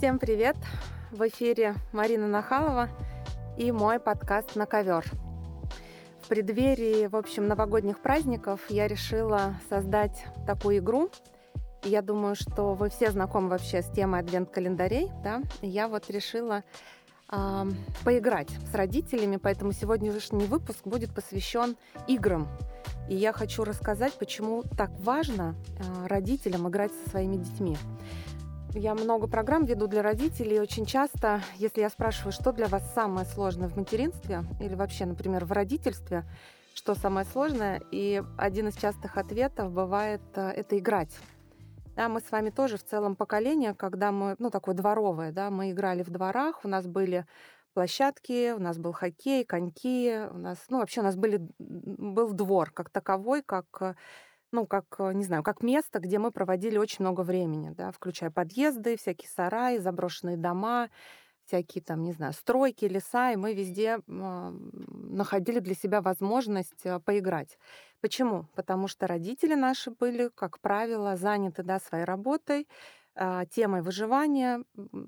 Всем привет! В эфире Марина Нахалова и мой подкаст «На ковер». В преддверии, новогодних праздников я решила создать такую игру. И я думаю, что вы все знакомы вообще с темой адвент-календарей, да? И я решила поиграть с родителями, поэтому сегодняшний выпуск будет посвящен играм. И я хочу рассказать, почему так важно родителям играть со своими детьми. Я много программ веду для родителей, и очень часто, если я спрашиваю, что для вас самое сложное в материнстве или вообще, например, в родительстве, что самое сложное, и один из частых ответов бывает это играть. Да, мы с вами тоже в целом поколение, когда мы, такое дворовое, да, мы играли в дворах, у нас были площадки, у нас был хоккей, коньки, у нас был двор как таковой, как место, где мы проводили очень много времени, да, включая подъезды, всякие сараи, заброшенные дома, всякие стройки, леса, и мы везде находили для себя возможность поиграть. Почему? Потому что родители наши были, как правило, заняты, да, своей работой, темой выживания,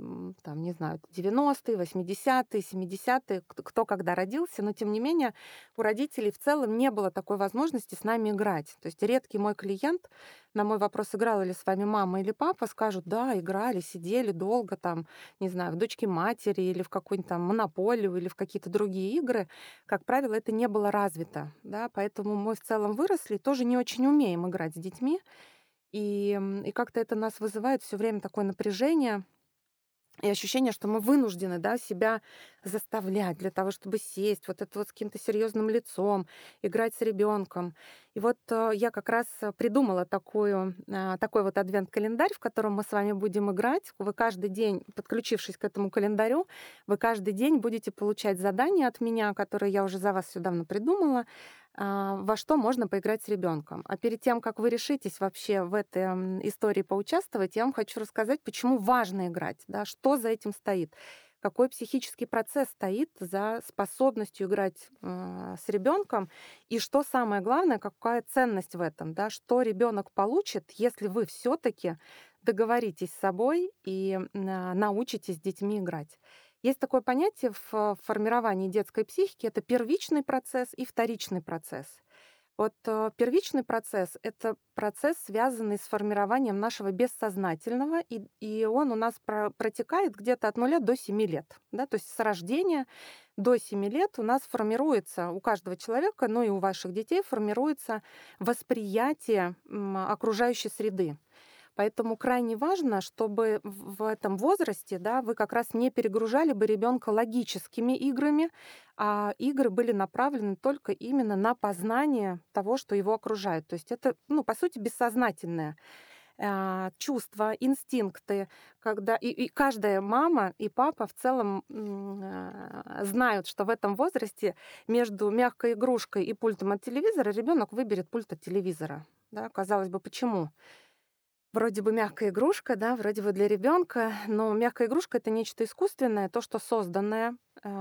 90-е, 80-е, 70-е, кто когда родился, но тем не менее у родителей в целом не было такой возможности с нами играть. То есть редкий мой клиент на мой вопрос, играла ли с вами мама или папа, скажут: да, играли, сидели долго в дочки матери или в какую-нибудь монополию или в какие-то другие игры. Как правило, это не было развито, да, поэтому мы в целом выросли и тоже не очень умеем играть с детьми. И как-то это нас вызывает все время такое напряжение и ощущение, что мы вынуждены, да, себя заставлять для того, чтобы сесть с каким-то серьезным лицом, играть с ребенком. И я как раз придумала такой адвент-календарь, в котором мы с вами будем играть. Вы каждый день, подключившись к этому календарю, вы каждый день будете получать задания от меня, которые я уже за вас все давно придумала, во что можно поиграть с ребенком. А перед тем, как вы решитесь вообще в этой истории поучаствовать, я вам хочу рассказать, почему важно играть, да, что за этим стоит, какой психический процесс стоит за способностью играть с ребенком, и что самое главное, какая ценность в этом, да, что ребенок получит, если вы все-таки договоритесь с собой и научитесь с детьми играть. Есть такое понятие в формировании детской психики — это первичный процесс и вторичный процесс. Первичный процесс — это процесс, связанный с формированием нашего бессознательного, и он у нас протекает где-то от 0 до 7 лет. Да? То есть с рождения до 7 лет у нас формируется, у каждого человека, и у ваших детей формируется восприятие окружающей среды. Поэтому крайне важно, чтобы в этом возрасте, да, вы как раз не перегружали бы ребенка логическими играми, а игры были направлены только именно на познание того, что его окружает. То есть это, по сути, бессознательное чувства, инстинкты, когда и каждая мама и папа в целом знают, что в этом возрасте между мягкой игрушкой и пультом от телевизора ребенок выберет пульт от телевизора. Да? Казалось бы, почему? Вроде бы мягкая игрушка, да, вроде бы для ребенка, но мягкая игрушка — это нечто искусственное, то, что созданное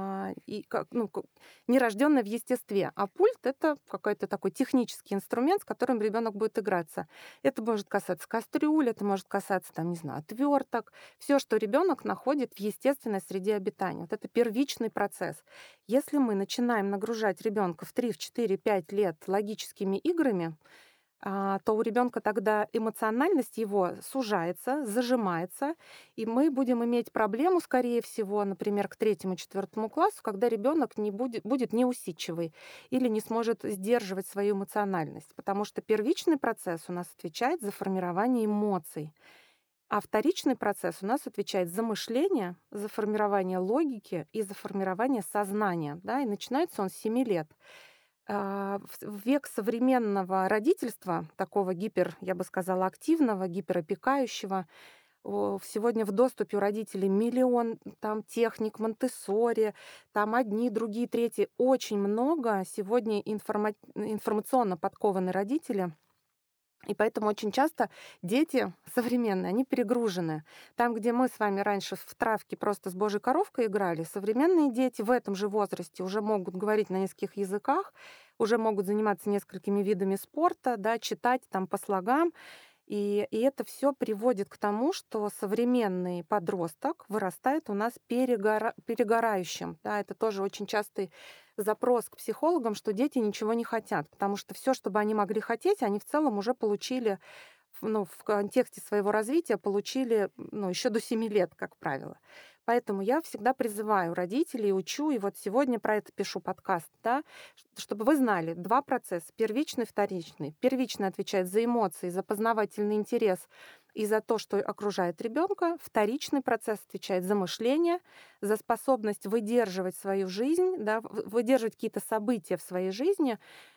нерожденное в естестве. А пульт — это какой-то такой технический инструмент, с которым ребенок будет играться. Это может касаться кастрюль, это может касаться, отверток, все, что ребенок находит в естественной среде обитания. Это первичный процесс. Если мы начинаем нагружать ребенка в 3, в 4, 5 лет логическими играми, то у ребенка тогда эмоциональность его сужается, зажимается, и мы будем иметь проблему, скорее всего, например, к 3-4 классу, когда ребенок будет неусидчивый или не сможет сдерживать свою эмоциональность, потому что первичный процесс у нас отвечает за формирование эмоций, а вторичный процесс у нас отвечает за мышление, за формирование логики и за формирование сознания, да, и начинается он с 7 лет. В век современного родительства, такого я бы сказала, активного, гиперопекающего, сегодня в доступе у родителей миллион техник Монтессори, одни, другие, третьи. Очень много сегодня информационно подкованы родители. И поэтому очень часто дети современные, они перегружены. Там, где мы с вами раньше в травке просто с божьей коровкой играли, современные дети в этом же возрасте уже могут говорить на нескольких языках, уже могут заниматься несколькими видами спорта, да, читать по слогам. И это все приводит к тому, что современный подросток вырастает у нас перегорающим. Да, это тоже очень частый запрос к психологам, что дети ничего не хотят, потому что все, что бы они могли хотеть, они в целом уже получили, в контексте своего развития получили, еще до 7 лет, как правило. Поэтому я всегда призываю родителей, учу, и вот сегодня про это пишу подкаст, да, чтобы вы знали, два процесса, первичный, вторичный. Первичный отвечает за эмоции, за познавательный интерес и за то, что окружает ребенка. Вторичный процесс отвечает за мышление, за способность выдерживать свою жизнь, да, выдерживать какие-то события в своей жизни,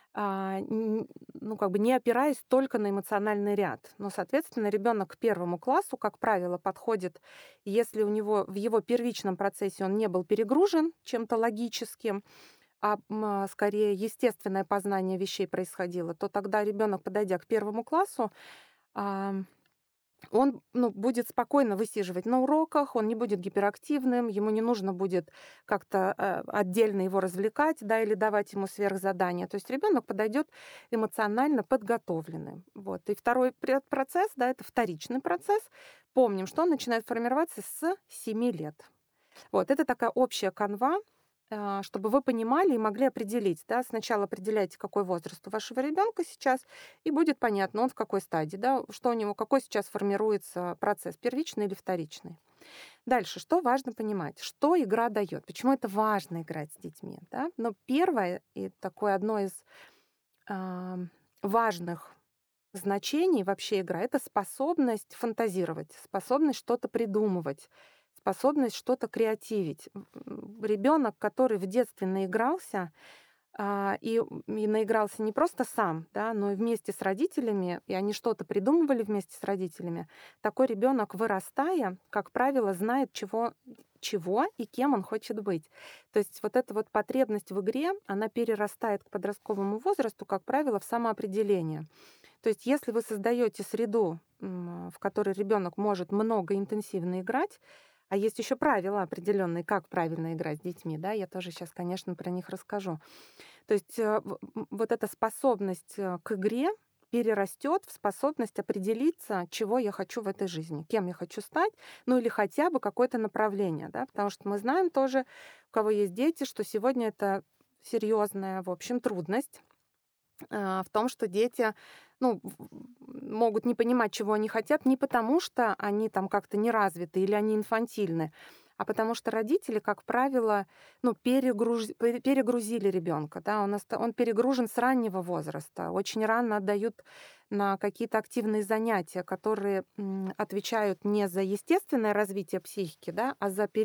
не опираясь только на эмоциональный ряд. Но, соответственно, ребенок к 1 классу, как правило, подходит, если у него в его первичном процессе он не был перегружен чем-то логическим, скорее естественное познание вещей происходило, то тогда ребенок, подойдя к 1 классу, а, он, будет спокойно высиживать на уроках, он не будет гиперактивным, ему не нужно будет как-то отдельно его развлекать, да, или давать ему сверхзадания. То есть ребенок подойдет эмоционально подготовленным. Вот. И второй процесс, да, это вторичный процесс. Помним, что он начинает формироваться с 7 лет. Вот, это такая общая канва, чтобы вы понимали и могли определить. Да, сначала определяйте, какой возраст у вашего ребенка сейчас, и будет понятно, он в какой стадии, да, что у него, какой сейчас формируется процесс, первичный или вторичный. Дальше, что важно понимать, что игра дает, почему это важно играть с детьми. Да? Но первое, и такое одно из а, важных значений вообще игра — это способность фантазировать, способность что-то придумывать, способность что-то креативить. Ребенок, который в детстве наигрался, и наигрался не просто сам, да, но и вместе с родителями, и они что-то придумывали вместе с родителями, такой ребенок, вырастая, как правило, знает, чего и кем он хочет быть. То есть вот эта вот потребность в игре, она перерастает к подростковому возрасту, как правило, в самоопределение. То есть если вы создаете среду, в которой ребенок может много интенсивно играть, а есть еще правила определенные, как правильно играть с детьми, да, я тоже сейчас, конечно, про них расскажу. То есть вот эта способность к игре перерастет в способность определиться, чего я хочу в этой жизни, кем я хочу стать, ну или хотя бы какое-то направление, да, потому что мы знаем тоже, у кого есть дети, что сегодня это серьезная, в общем, трудность в том, что дети, могут не понимать, чего они хотят, не потому что они там как-то не развиты или они инфантильны, а потому что родители, как правило, перегрузили ребенка, да, он перегружен с раннего возраста, очень рано отдают на какие-то активные занятия, которые отвечают не за естественное развитие психики, да, а за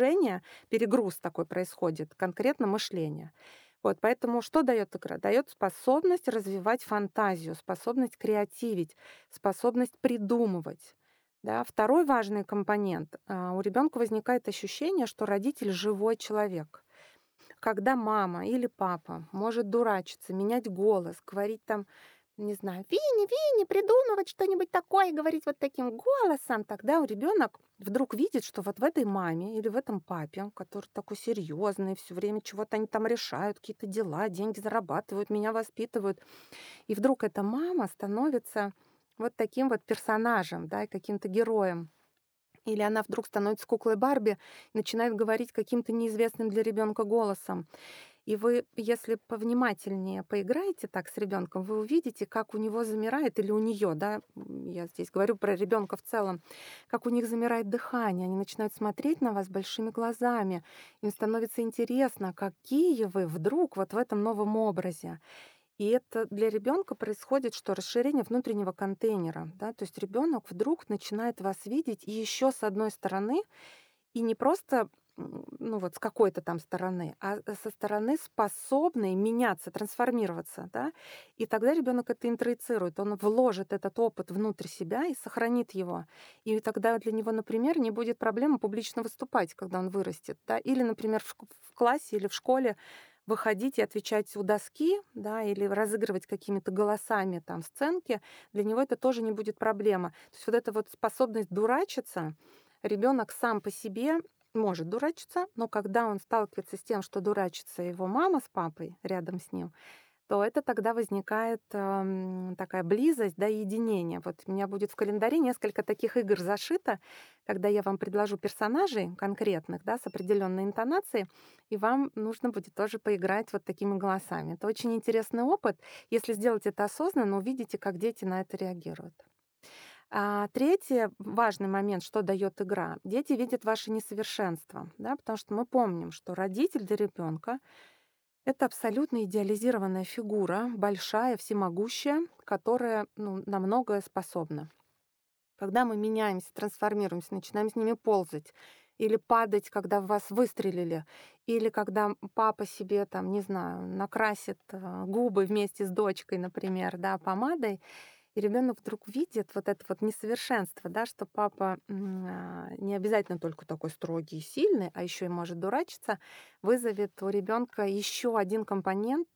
перегруз такой происходит, конкретно мышление. Вот, поэтому что дает игра? Дает способность развивать фантазию, способность креативить, способность придумывать. Да. Второй важный компонент. У ребенка возникает ощущение, что родитель живой человек. Когда мама или папа может дурачиться, менять голос, говорить там, не знаю, Винни, Винни, придумывать что-нибудь такое, говорить вот таким голосом, тогда у ребенок вдруг видит, что вот в этой маме или в этом папе, который такой серьезный, все время чего-то они там решают, какие-то дела, деньги зарабатывают, меня воспитывают. И вдруг эта мама становится вот таким вот персонажем, да, и каким-то героем. Или она вдруг становится куклой Барби и начинает говорить каким-то неизвестным для ребенка голосом. И вы, если повнимательнее поиграете так с ребенком, вы увидите, как у него замирает, или у нее, да, я здесь говорю про ребенка в целом, как у них замирает дыхание, они начинают смотреть на вас большими глазами, им становится интересно, какие вы вдруг вот в этом новом образе. И это для ребенка происходит, что расширение внутреннего контейнера, да, то есть ребенок вдруг начинает вас видеть еще с одной стороны, и не просто вот с какой-то там стороны, а со стороны способной меняться, трансформироваться, да. И тогда ребенок это интроицирует, он вложит этот опыт внутрь себя и сохранит его. И тогда для него, например, не будет проблемы публично выступать, когда он вырастет, да. Или, например, в классе или в школе выходить и отвечать у доски, да, или разыгрывать какими-то голосами там сценки, для него это тоже не будет проблема. То есть вот эта вот способность дурачиться, ребенок сам по себе может дурачиться, но когда он сталкивается с тем, что дурачится его мама с папой рядом с ним, то это тогда возникает такая близость, да, единение. Вот у меня будет в календаре несколько таких игр зашито, когда я вам предложу персонажей конкретных, да, с определенной интонацией, и вам нужно будет тоже поиграть вот такими голосами. Это очень интересный опыт. Если сделать это осознанно, увидите, как дети на это реагируют. Третий важный момент, что дает игра. Дети видят ваше несовершенство, да, потому что мы помним, что родитель для ребенка это абсолютно идеализированная фигура, большая, всемогущая, которая на многое способна. Когда мы меняемся, трансформируемся, начинаем с ними ползать или падать, когда в вас выстрелили, или когда папа себе, там, не знаю, накрасит губы вместе с дочкой, например, да, помадой, и ребенок вдруг видит вот это вот несовершенство, да, что папа не обязательно только такой строгий и сильный, а еще и может дурачиться, вызовет у ребенка еще один компонент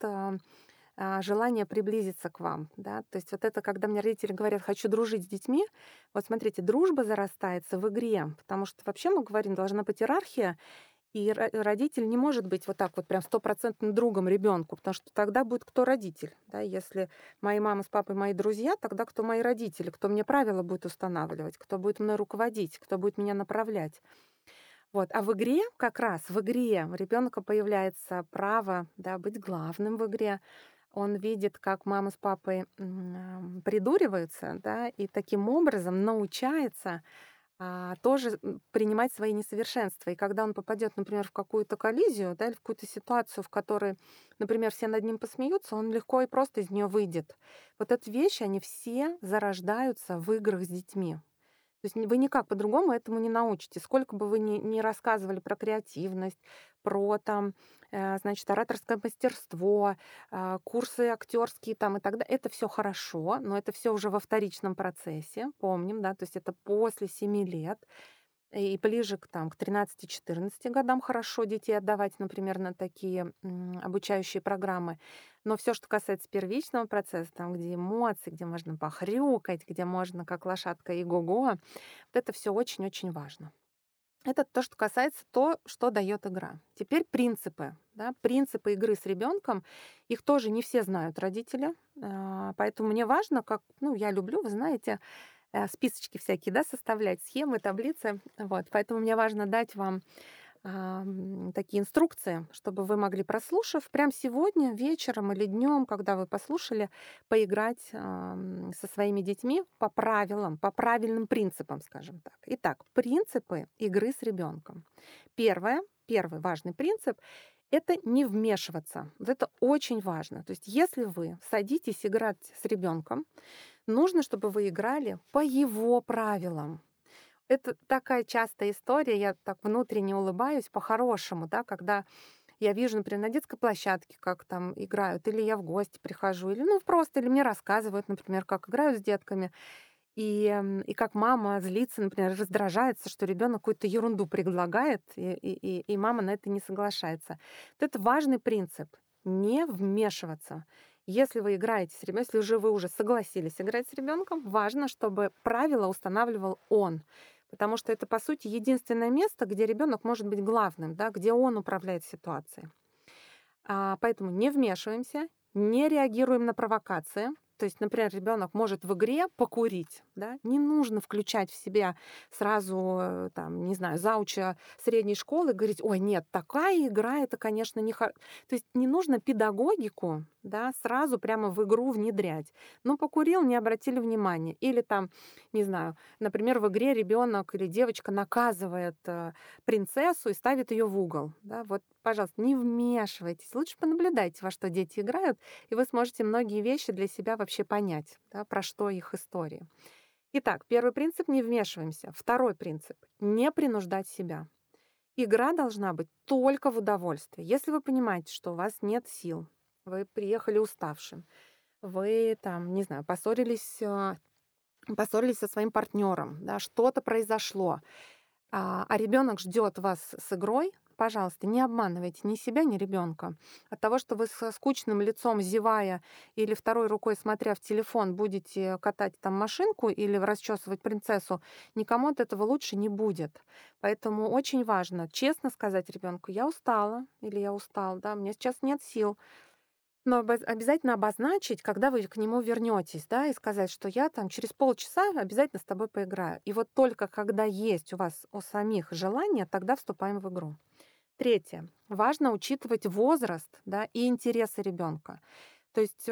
желание приблизиться к вам, да. То есть вот это, когда мне родители говорят: "Хочу дружить с детьми", вот смотрите, дружба зарастается в игре, потому что вообще мы говорим, должна быть иерархия, и родитель не может быть вот так вот прям стопроцентным другом ребенку, потому что тогда будет кто родитель, да? Если мои мама с папой мои друзья, тогда кто мои родители, кто мне правила будет устанавливать, кто будет мной руководить, кто будет меня направлять. Вот. А в игре, как раз в игре у ребенка появляется право, да, быть главным в игре. Он видит, как мама с папой придуриваются, да, и таким образом научается тоже принимать свои несовершенства. И когда он попадет, например, в какую-то коллизию, да, или в какую-то ситуацию, в которой, например, все над ним посмеются, он легко и просто из нее выйдет. Вот эти вещи, они все зарождаются в играх с детьми. То есть вы никак по-другому этому не научитесь. Сколько бы вы ни рассказывали про креативность, про там, значит, ораторское мастерство, курсы актерские там и так далее, это все хорошо, но это все уже во вторичном процессе, помним, да, то есть это после 7 лет. И ближе к 13-14 годам хорошо детей отдавать, например, на такие обучающие программы. Но все, что касается первичного процесса, там, где эмоции, где можно похрюкать, где можно как лошадка и го вот это все очень-очень важно. Это то, что касается то, что дает игра. Теперь принципы. Да, принципы игры с ребенком, их тоже не все знают родители, поэтому мне важно, я люблю, вы знаете, списочки всякие, да, составлять, схемы, таблицы. Вот, поэтому мне важно дать вам такие инструкции, чтобы вы могли, прослушав, прямо сегодня вечером или днем, когда вы послушали, поиграть со своими детьми по правилам, по правильным принципам, скажем так. Итак, принципы игры с ребенком. Первый важный принцип — это не вмешиваться. Вот это очень важно. То есть, если вы садитесь играть с ребенком, нужно, чтобы вы играли по его правилам. Это такая частая история, я так внутренне улыбаюсь по-хорошему, да, когда я вижу, например, на детской площадке, как там играют, или я в гости прихожу, или просто, или мне рассказывают, например, как играют с детками, и как мама злится, например, раздражается, что ребенок какую-то ерунду предлагает, и мама на это не соглашается. Вот это важный принцип — не вмешиваться. Если вы играете с ребенком, если вы уже согласились играть с ребенком, важно, чтобы правила устанавливал он. Потому что это, по сути, единственное место, где ребенок может быть главным, да, где он управляет ситуацией. Поэтому не вмешиваемся, не реагируем на провокации. То есть, например, ребенок может в игре покурить, да, не нужно включать в себя сразу, там, не знаю, зауча средней школы и говорить: ой, нет, такая игра, это, конечно, не То есть не нужно педагогику, да, сразу прямо в игру внедрять. Ну, покурил, не обратили внимания. Или там, не знаю, например, в игре ребенок или девочка наказывает принцессу и ставит ее в угол. Да, вот, пожалуйста, не вмешивайтесь. Лучше понаблюдайте, во что дети играют, и вы сможете многие вещи для себя вообще понять, да, про что их истории. Итак, первый принцип — не вмешиваемся. Второй принцип — не принуждать себя. Игра должна быть только в удовольствие. Если вы понимаете, что у вас нет сил, вы приехали уставшим, вы там, не знаю, поссорились со своим партнером, да, что-то произошло, а ребенок ждет вас с игрой, пожалуйста, не обманывайте ни себя, ни ребенка. От того, что вы со скучным лицом, зевая или второй рукой смотря в телефон, будете катать там машинку или расчесывать принцессу, никому от этого лучше не будет. Поэтому очень важно честно сказать ребенку: я устала или я устал, да, мне сейчас нет сил. Но обязательно обозначить, когда вы к нему вернетесь, да, и сказать, что я там через полчаса обязательно с тобой поиграю. И вот только когда есть у вас у самих желание, тогда вступаем в игру. Третье. Важно учитывать возраст, да, и интересы ребенка. То есть,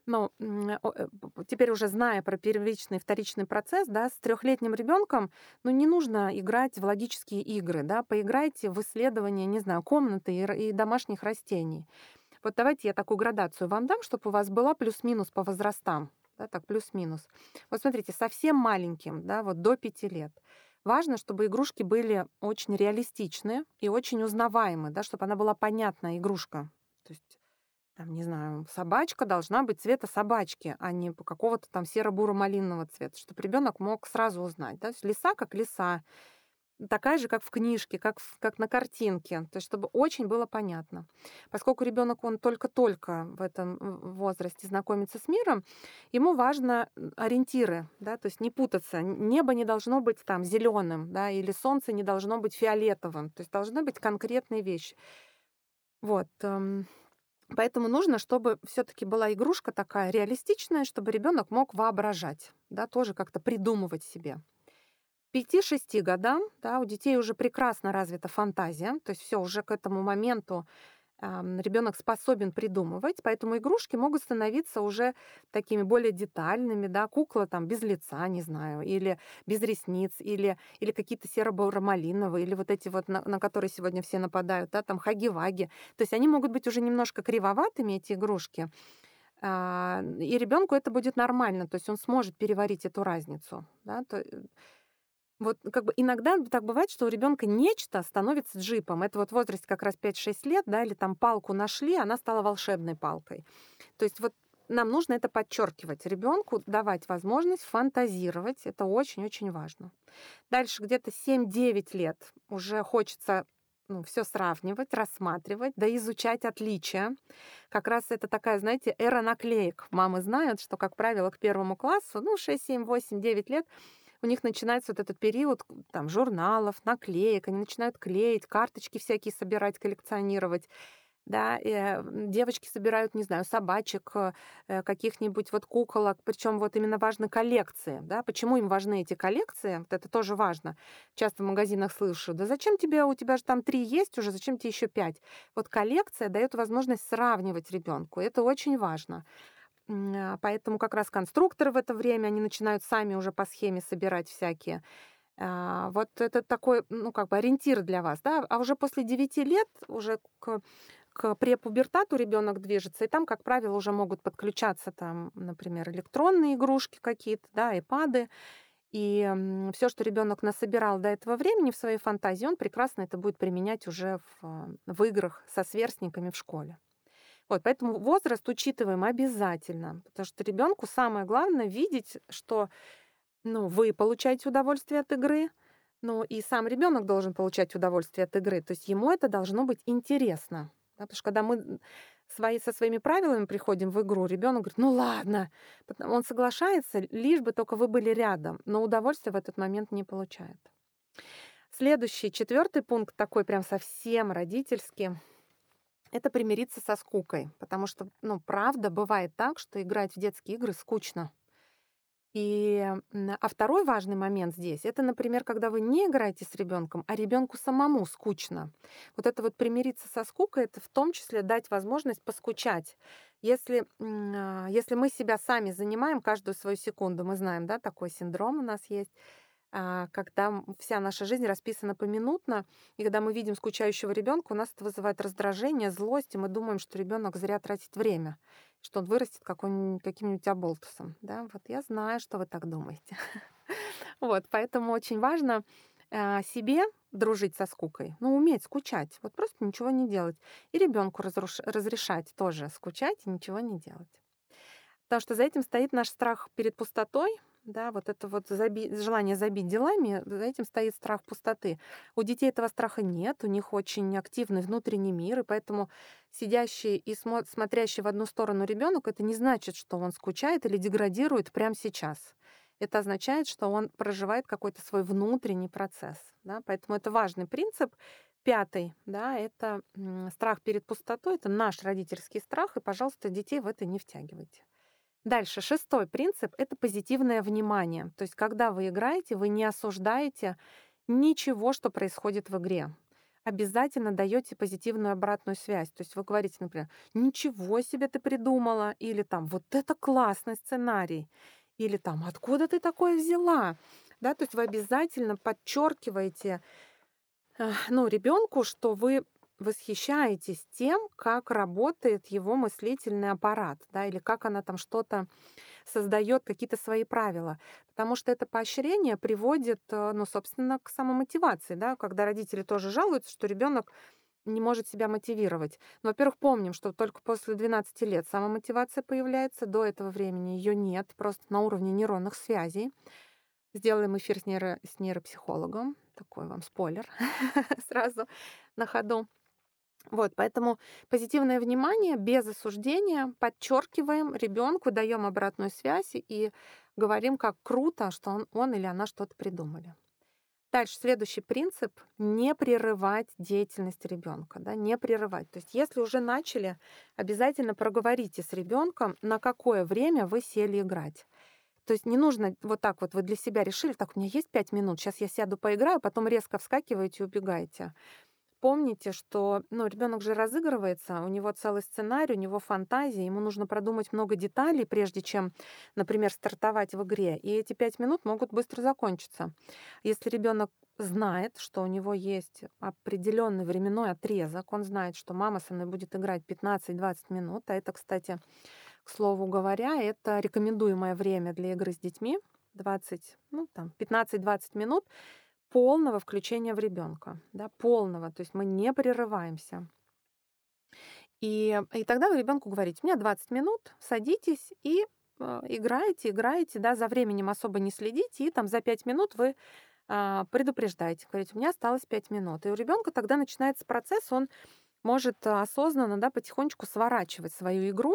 теперь уже зная про первичный и вторичный процесс, да, с трехлетним ребенком, ну, не нужно играть в логические игры, да, поиграйте в исследование, не знаю, комнаты и домашних растений. Вот давайте я такую градацию вам дам, чтобы у вас была плюс-минус по возрастам. Да, так, плюс-минус. Вот смотрите, совсем маленьким, да, вот до 5 лет. Важно, чтобы игрушки были очень реалистичны и очень узнаваемы, да, чтобы она была понятная игрушка. То есть, там, не знаю, собачка должна быть цвета собачки, а не какого-то там серо-буро-малинового цвета, чтобы ребенок мог сразу узнать. Да? То есть лиса как лиса, такая же, как в книжке, как на картинке, то есть чтобы очень было понятно. Поскольку ребенок, он только-только в этом возрасте знакомится с миром, ему важно ориентиры, да, то есть не путаться. Небо не должно быть там зеленым, да, или солнце не должно быть фиолетовым, то есть должны быть конкретные вещи. Вот. Поэтому нужно, чтобы все-таки была игрушка такая реалистичная, чтобы ребенок мог воображать, да, тоже как-то придумывать себе. 5-6 годам, да, у детей уже прекрасно развита фантазия, то есть все уже к этому моменту ребенок способен придумывать, поэтому игрушки могут становиться уже такими более детальными, да, кукла там без лица, не знаю, или без ресниц, или какие-то серо-буро-малиновые, или вот эти вот, на которые сегодня все нападают, да, там хаги-ваги. То есть они могут быть уже немножко кривоватыми, эти игрушки, и ребенку это будет нормально, то есть он сможет переварить эту разницу, да, вот как бы иногда так бывает, что у ребенка нечто становится джипом. Это вот в возрасте как раз 5-6 лет, да, или там палку нашли, она стала волшебной палкой. То есть вот нам нужно это подчеркивать. Ребенку давать возможность фантазировать. Это очень-очень важно. Дальше где-то 7-9 лет уже хочется все сравнивать, рассматривать, да изучать отличия. Как раз это такая, знаете, эра наклеек. Мамы знают, что, как правило, к 1 классу, 6-7-8-9 лет, у них начинается вот этот период там журналов, наклеек, они начинают клеить, карточки всякие собирать, коллекционировать. Да, девочки собирают, не знаю, собачек, каких-нибудь вот куколок, причем вот именно важны коллекции, да. Почему им важны эти коллекции? Вот это тоже важно. Часто в магазинах слышу: да зачем тебе, у тебя же там 3 есть уже, зачем тебе еще 5? Вот коллекция дает возможность сравнивать ребенку, это очень важно. Поэтому как раз конструкторы в это время, они начинают сами уже по схеме собирать всякие. Вот это такой, как бы ориентир для вас, да. А уже после 9 лет, уже к препубертату ребенок движется, и там, как правило, уже могут подключаться там, например, электронные игрушки какие-то, да, айпады. И все, что ребенок насобирал до этого времени в своей фантазии, он прекрасно это будет применять уже в играх со сверстниками в школе. Вот, поэтому возраст учитываем обязательно, потому что ребенку самое главное видеть, что вы получаете удовольствие от игры, и сам ребенок должен получать удовольствие от игры. То есть ему это должно быть интересно. Да, потому что когда мы со своими правилами приходим в игру, ребенок говорит: ну ладно, он соглашается, лишь бы только вы были рядом, но удовольствие в этот момент не получает. Следующий, 4 пункт, такой прям совсем родительский, это примириться со скукой, потому что, правда, бывает так, что играть в детские игры скучно. А второй важный момент здесь, это, например, когда вы не играете с ребенком, а ребенку самому скучно. Вот это вот примириться со скукой, это в том числе дать возможность поскучать. Если мы себя сами занимаем каждую свою секунду, мы знаем, да, такой синдром у нас есть, когда вся наша жизнь расписана поминутно, и когда мы видим скучающего ребенка, у нас это вызывает раздражение, злость, и мы думаем, что ребенок зря тратит время, что он вырастет каким-нибудь оболтусом. Да? Вот я знаю, что вы так думаете. Вот, поэтому очень важно себе дружить со скукой, уметь скучать, вот просто ничего не делать. И ребенку разрешать тоже скучать и ничего не делать. Потому что за этим стоит наш страх перед пустотой, да, вот это вот желание забить делами, за этим стоит страх пустоты. У детей этого страха нет, у них очень активный внутренний мир, и поэтому сидящий и смотрящий в одну сторону ребенок, это не значит, что он скучает или деградирует прямо сейчас. Это означает, что он проживает какой-то свой внутренний процесс. Да? Поэтому это важный принцип 5, да, это страх перед пустотой, это наш родительский страх, и, пожалуйста, детей в это не втягивайте. Дальше, 6 принцип — это позитивное внимание. То есть, когда вы играете, вы не осуждаете ничего, что происходит в игре. Обязательно даете позитивную обратную связь. То есть вы говорите, например, «Ничего себе ты придумала!» или там «Вот это классный сценарий!» или там «Откуда ты такое взяла?» Да, то есть вы обязательно подчеркиваете ну, ребенку, что вы восхищаетесь тем, как работает его мыслительный аппарат, да, или как она там что-то создает, какие-то свои правила. Потому что это поощрение приводит, ну, собственно, к самомотивации, да, когда родители тоже жалуются, что ребенок не может себя мотивировать. Ну, во-первых, помним, что только после 12 лет самомотивация появляется, до этого времени ее нет, просто на уровне нейронных связей. Сделаем эфир с нейропсихологом. Такой вам спойлер сразу на ходу. Вот, поэтому позитивное внимание без осуждения, подчеркиваем ребенку, даем обратную связь и говорим, как круто, что он или она что-то придумали. Дальше следующий принцип — не прерывать деятельность ребенка, да, не прерывать. То есть если уже начали, обязательно проговорите с ребенком, на какое время вы сели играть. То есть не нужно вот так вот, вы для себя решили, так, у меня есть 5 минут, сейчас я сяду поиграю, потом резко вскакиваете и убегаете. Помните, что, ну, ребенок же разыгрывается, у него целый сценарий, у него фантазия, ему нужно продумать много деталей, прежде чем, например, стартовать в игре. И эти 5 минут могут быстро закончиться. Если ребенок знает, что у него есть определенный временной отрезок, он знает, что мама со мной будет играть 15-20 минут, а это, кстати, к слову говоря, это рекомендуемое время для игры с детьми, 20, ну, там, 15-20 минут, полного включения в ребенка, да, полного, то есть мы не прерываемся. И тогда вы ребенку говорите, у меня 20 минут, садитесь и играете, да, за временем особо не следите, и там за 5 минут вы предупреждаете, говорите, у меня осталось 5 минут. И у ребенка тогда начинается процесс, он может осознанно, да, потихонечку сворачивать свою игру,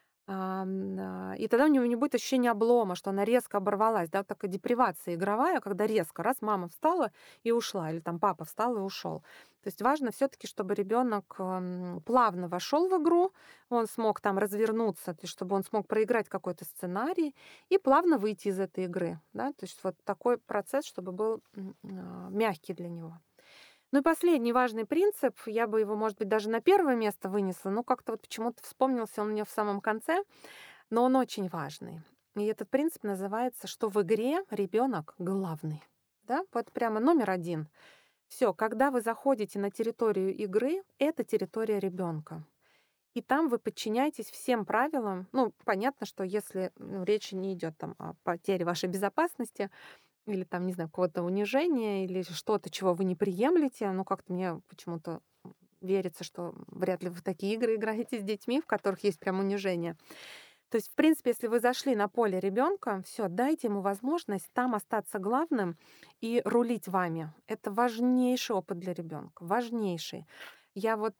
и тогда у него не будет ощущения облома, что она резко оборвалась, да, вот такая депривация игровая, когда резко раз мама встала и ушла, или там папа встал и ушел. То есть важно все-таки, чтобы ребенок плавно вошел в игру, он смог там развернуться, то есть чтобы он смог проиграть какой-то сценарий и плавно выйти из этой игры, да, то есть вот такой процесс, чтобы был мягкий для него. Ну и последний важный принцип, я бы его, может быть, даже на первое место вынесла, но как-то вот почему-то вспомнился он мне в самом конце, но он очень важный. И этот принцип называется, что в игре ребенок главный. Да? Вот прямо номер один. Все, когда вы заходите на территорию игры, это территория ребенка. И там вы подчиняетесь всем правилам. Ну, понятно, что если речь не идет там о потере вашей безопасности, или там, не знаю, какого-то унижения, или что-то, чего вы не приемлете. Ну, как-то мне почему-то верится, что вряд ли вы в такие игры играете с детьми, в которых есть прям унижение. То есть, в принципе, если вы зашли на поле ребенка, все, дайте ему возможность там остаться главным и рулить вами. Это важнейший опыт для ребенка, важнейший. Я вот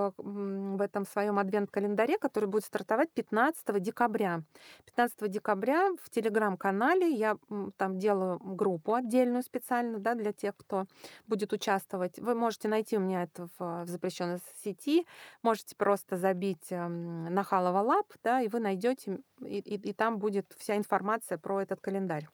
в этом своем адвент-календаре, который будет стартовать 15 декабря. 15 декабря в телеграм-канале я там делаю группу отдельную специально, да, для тех, кто будет участвовать. Вы можете найти у меня это в запрещенной сети, можете просто забить Нахалова Лаб, да, и вы найдете, и там будет вся информация про этот календарь.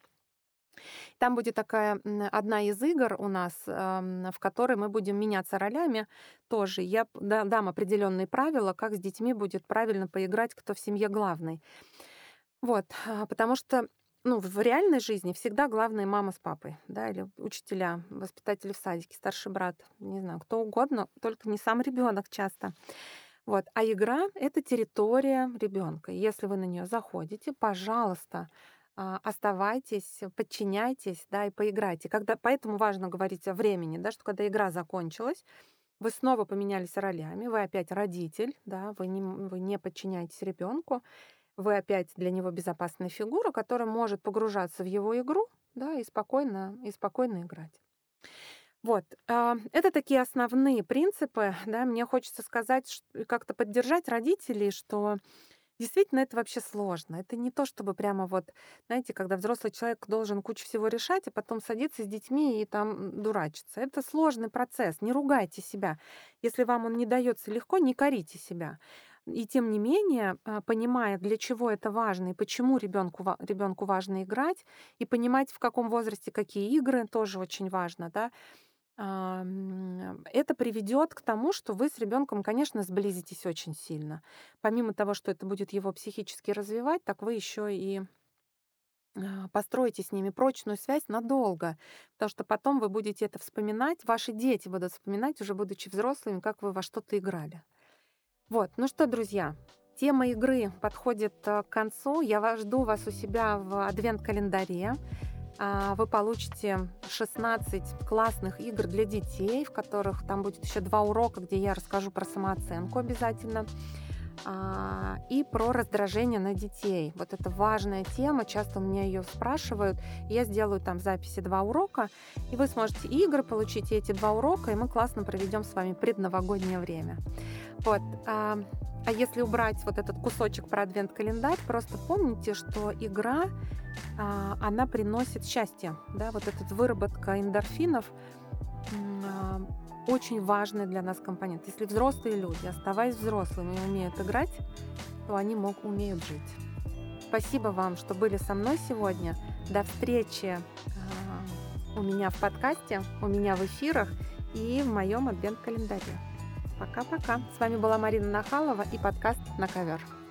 Там будет такая одна из игр у нас, в которой мы будем меняться ролями тоже. Я дам определенные правила, как с детьми будет правильно поиграть, кто в семье главный. Вот, потому что ну, в реальной жизни всегда главные мама с папой, да, или учителя, воспитатели в садике, старший брат, не знаю, кто угодно, только не сам ребенок часто. Вот. А игра — это территория ребенка. Если вы на нее заходите, пожалуйста, оставайтесь, подчиняйтесь, да, и поиграйте. Поэтому важно говорить о времени, да, что когда игра закончилась, вы снова поменялись ролями, вы опять родитель, да, вы не подчиняетесь ребенку, вы опять для него безопасная фигура, которая может погружаться в его игру, да, и спокойно играть. Вот, это такие основные принципы, да. Мне хочется сказать, как-то поддержать родителей, что Действительно, это вообще сложно. Это не то, чтобы прямо вот, знаете, когда взрослый человек должен кучу всего решать, а потом садиться с детьми и там дурачиться. Это сложный процесс. Не ругайте себя. Если вам он не дается легко, не корите себя. И тем не менее, понимая, для чего это важно и почему ребенку важно играть, и понимать, в каком возрасте какие игры, тоже очень важно, да, это приведет к тому, что вы с ребенком, конечно, сблизитесь очень сильно. Помимо того, что это будет его психически развивать, так вы еще и построите с ними прочную связь надолго, потому что потом вы будете это вспоминать, ваши дети будут вспоминать, уже будучи взрослыми, как вы во что-то играли. Вот, ну что, друзья, тема игры подходит к концу. Я жду вас у себя в адвент-календаре. Вы получите 16 классных игр для детей, в которых там будет еще 2 урока, где я расскажу про самооценку обязательно, и про раздражение на детей. Вот это важная тема, часто у меня ее спрашивают. Я сделаю там в записи 2 урока, и вы сможете игры получить, и эти 2 урока, и мы классно проведем с вами предновогоднее время. Вот. А если убрать вот этот кусочек про адвент-календарь, просто помните, что игра, она приносит счастье. Да? Вот эта выработка эндорфинов очень важный для нас компонент. Если взрослые люди, оставаясь взрослыми, умеют играть, то они умеют жить. Спасибо вам, что были со мной сегодня. До встречи у меня в подкасте, у меня в эфирах и в моем адвент-календаре. Пока-пока. С вами была Марина Нахалова и подкаст «На ковер».